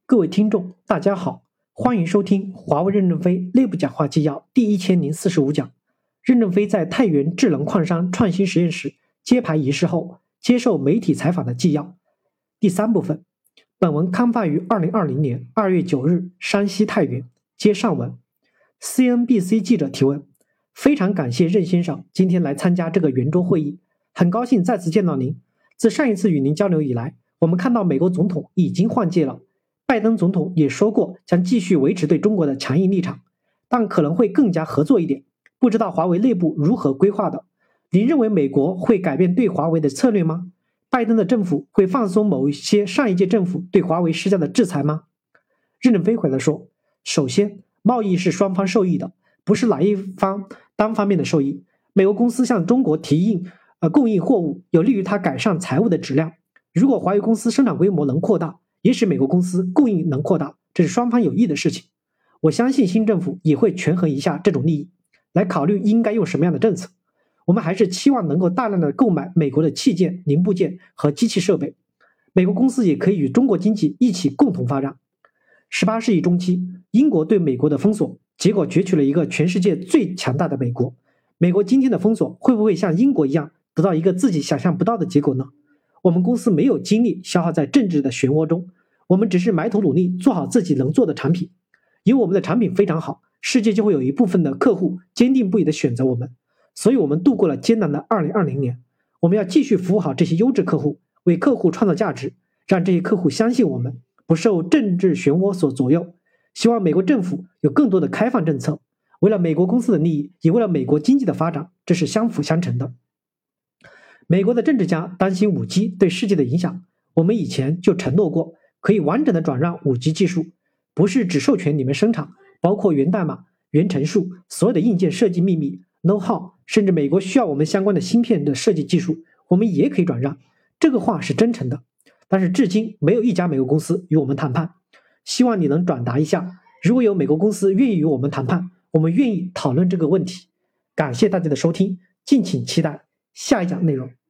各位听众，大家好，欢迎收听华为任正非内部讲话纪要第1045讲。任正非在太原智能矿山创新实验室揭牌仪式后接受媒体采访的纪要。第三部分，本文刊发于2020年2月9日山西太原。接上文。CNBC 记者提问：非常感谢任先生今天来参加这个圆桌会议，很高兴再次见到您。自上一次与您交流以来，我们看到美国总统已经换届了，拜登总统也说过将继续维持对中国的强硬立场，但可能会更加合作一点，不知道华为内部如何规划的。您认为美国会改变对华为的策略吗？拜登的政府会放松某一些上一届政府对华为施加的制裁吗？任正非回答说，首先，贸易是双方受益的，不是哪一方单方面的受益。美国公司向中国供应货物，有利于它改善财务的质量。如果华为公司生产规模能扩大，也许美国公司供应能扩大，这是双方有益的事情。我相信新政府也会权衡一下这种利益，来考虑应该用什么样的政策。我们还是期望能够大量的购买美国的器件、零部件和机器设备。美国公司也可以与中国经济一起共同发展。18世纪中期，英国对美国的封锁，结果攫取了一个全世界最强大的美国。美国今天的封锁会不会像英国一样得到一个自己想象不到的结果呢？我们公司没有精力消耗在政治的漩涡中，我们只是埋头努力做好自己能做的产品。因为我们的产品非常好，世界就会有一部分的客户坚定不移地选择我们，所以我们度过了艰难的2020年。我们要继续服务好这些优质客户，为客户创造价值，让这些客户相信我们，不受政治漩涡所左右。希望美国政府有更多的开放政策，为了美国公司的利益，也为了美国经济的发展，这是相辅相成的。美国的政治家担心 5G 对世界的影响，我们以前就承诺过，可以完整的转让 5G 技术，不是只授权你们生产，包括源代码、源陈述、所有的硬件设计秘密、know-how， 甚至美国需要我们相关的芯片的设计技术，我们也可以转让。这个话是真诚的，但是至今没有一家美国公司与我们谈判。希望你能转达一下，如果有美国公司愿意与我们谈判，我们愿意讨论这个问题。感谢大家的收听，敬请期待下一讲内容。